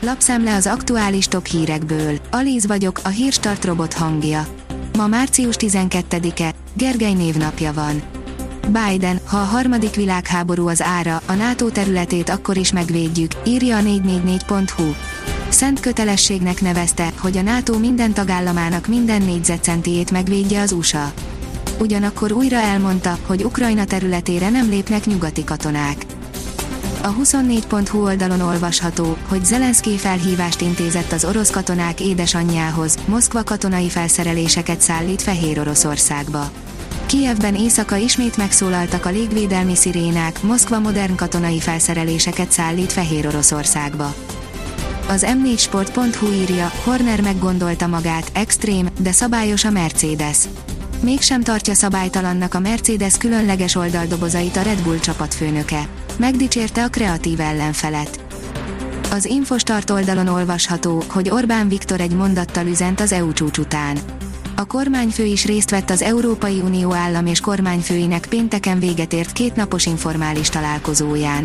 Lapszemle az aktuális top hírekből. Alíz vagyok, a Hírstart robot hangja. Ma március 12-e, Gergely névnapja van. Biden, ha a harmadik világháború az ára, a NATO területét akkor is megvédjük, írja a 444.hu. Szent kötelességnek nevezte, hogy a NATO minden tagállamának minden négyzetcentiét megvédje az USA. Ugyanakkor újra elmondta, hogy Ukrajna területére nem lépnek nyugati katonák. A 24.hu oldalon olvasható, hogy Zelenszkij felhívást intézett az orosz katonák édesanyjához, Moszkva katonai felszereléseket szállít Fehéroroszországba. Kijevben éjszaka ismét megszólaltak a légvédelmi szirénák, Moszkva modern katonai felszereléseket szállít Fehéroroszországba. Az m4sport.hu írja, Horner meggondolta magát, extrém, de szabályos a Mercedes. Mégsem tartja szabálytalannak a Mercedes különleges oldaldobozait a Red Bull csapatfőnöke. Megdicsérte a kreatív ellenfelet. Az Infostart oldalon olvasható, hogy Orbán Viktor egy mondattal üzent az EU csúcs után. A kormányfő is részt vett az Európai Unió állam és kormányfőinek pénteken véget ért kétnapos informális találkozóján.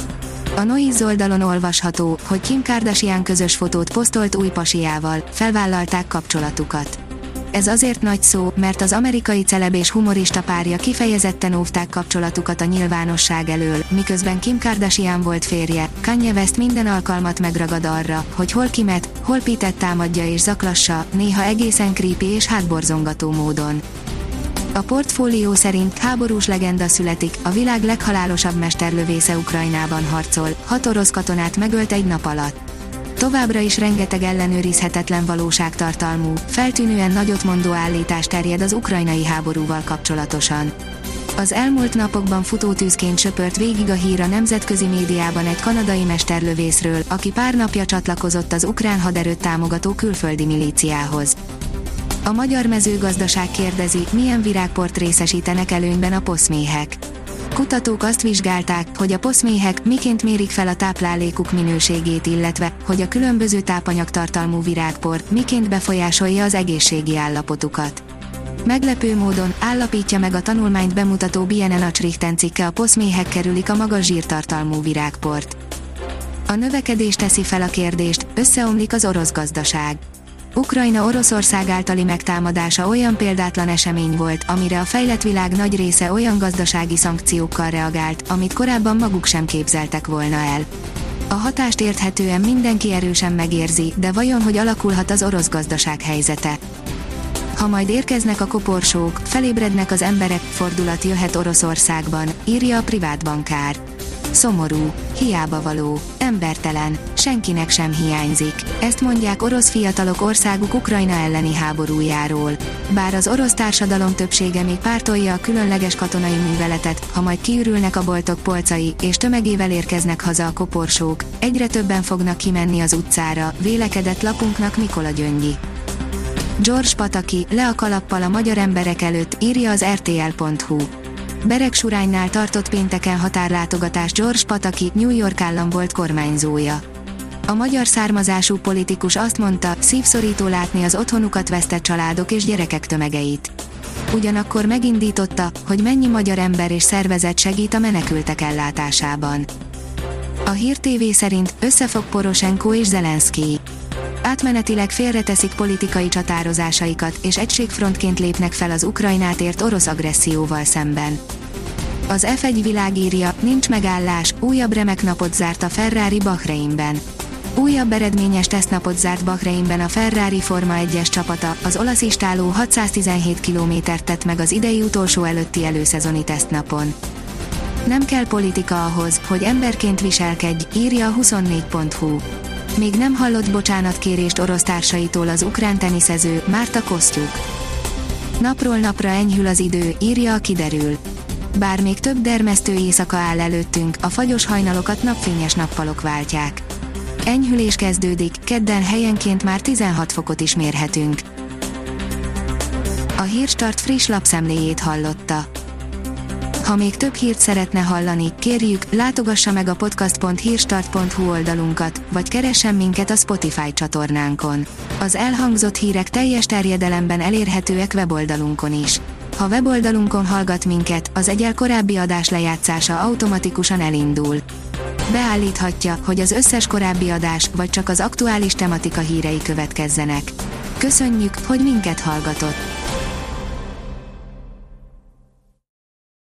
A Noiz oldalon olvasható, hogy Kim Kardashian közös fotót posztolt új pasiával, felvállalták kapcsolatukat. Ez azért nagy szó, mert az amerikai celeb és humorista párja kifejezetten óvták kapcsolatukat a nyilvánosság elől, miközben Kim Kardashian volt férje, Kanye West minden alkalmat megragad arra, hogy hol Kimet, hol Pitet támadja és zaklassa, néha egészen creepy és hátborzongató módon. A Portfólió szerint háborús legenda születik, a világ leghalálosabb mesterlövésze Ukrajnában harcol, 6 orosz katonát megölt egy nap alatt. Továbbra is rengeteg ellenőrizhetetlen valóságtartalmú, feltűnően nagyotmondó állítás terjed az ukrajnai háborúval kapcsolatosan. Az elmúlt napokban futótűzként söpört végig a hír a nemzetközi médiában egy kanadai mesterlövészről, aki pár napja csatlakozott az ukrán haderőt támogató külföldi milíciához. A Magyar Mezőgazdaság kérdezi, milyen virágport részesítenek előnyben a poszméhek. Kutatók azt vizsgálták, hogy a poszméhek miként mérik fel a táplálékuk minőségét, illetve, hogy a különböző tápanyagtartalmú virágpor miként befolyásolja az egészségi állapotukat. Meglepő módon állapítja meg a tanulmányt bemutató Bienen Achrichten cikke, a poszméhek kerülik a magas zsírtartalmú virágport. A növekedés teszi fel a kérdést, összeomlik az orosz gazdaság. Ukrajna Oroszország általi megtámadása olyan példátlan esemény volt, amire a fejlett világ nagy része olyan gazdasági szankciókkal reagált, amit korábban maguk sem képzeltek volna el. A hatást érthetően mindenki erősen megérzi, de vajon hogy alakulhat az orosz gazdaság helyzete? Ha majd érkeznek a koporsók, felébrednek az emberek, fordulat jöhet Oroszországban, írja a privát bankár. Szomorú, hiába való, embertelen, senkinek sem hiányzik. Ezt mondják orosz fiatalok országuk Ukrajna elleni háborújáról. Bár az orosz társadalom többsége még pártolja a különleges katonai műveletet, ha majd kiürülnek a boltok polcai, és tömegével érkeznek haza a koporsók, egyre többen fognak kimenni az utcára, vélekedett lapunknak Mikola Gyöngyi. George Pataki, le a kalappal a magyar emberek előtt, írja az rtl.hu. Beregsuránynál tartott pénteken határlátogatás George Pataki, New York állam volt kormányzója. A magyar származású politikus azt mondta, szívszorító látni az otthonukat vesztett családok és gyerekek tömegeit. Ugyanakkor megindította, hogy mennyi magyar ember és szervezet segít a menekültek ellátásában. A Hír TV szerint összefog Poroshenko és Zelenszkij. Átmenetileg félreteszik politikai csatározásaikat, és egységfrontként lépnek fel az Ukrajnát ért orosz agresszióval szemben. Az F1 világ írja, nincs megállás, újabb remek napot zárt a Ferrari Bahreinben. Újabb eredményes tesztnapot zárt Bahreinben a Ferrari Forma 1-es csapata, az olasz istáló 617 kilométert tett meg az idei utolsó előtti előszezoni tesztnapon. Nem kell politika ahhoz, hogy emberként viselkedj, írja a 24.hu. Még nem hallott bocsánatkérést orosz társaitól az ukrán teniszező, Márta Kosztjuk. Napról napra enyhül az idő, írja a Kiderül. Bár még több dermesztő éjszaka áll előttünk, a fagyos hajnalokat napfényes nappalok váltják. Enyhülés kezdődik, kedden helyenként már 16 fokot is mérhetünk. A Hírstart friss lapszemléjét hallotta. Ha még több hírt szeretne hallani, kérjük, látogassa meg a podcast.hírstart.hu oldalunkat, vagy keressen minket a Spotify csatornánkon. Az elhangzott hírek teljes terjedelemben elérhetőek weboldalunkon is. Ha weboldalunkon hallgat minket, az egyel korábbi adás lejátszása automatikusan elindul. Beállíthatja, hogy az összes korábbi adás, vagy csak az aktuális tematika hírei következzenek. Köszönjük, hogy minket hallgatott!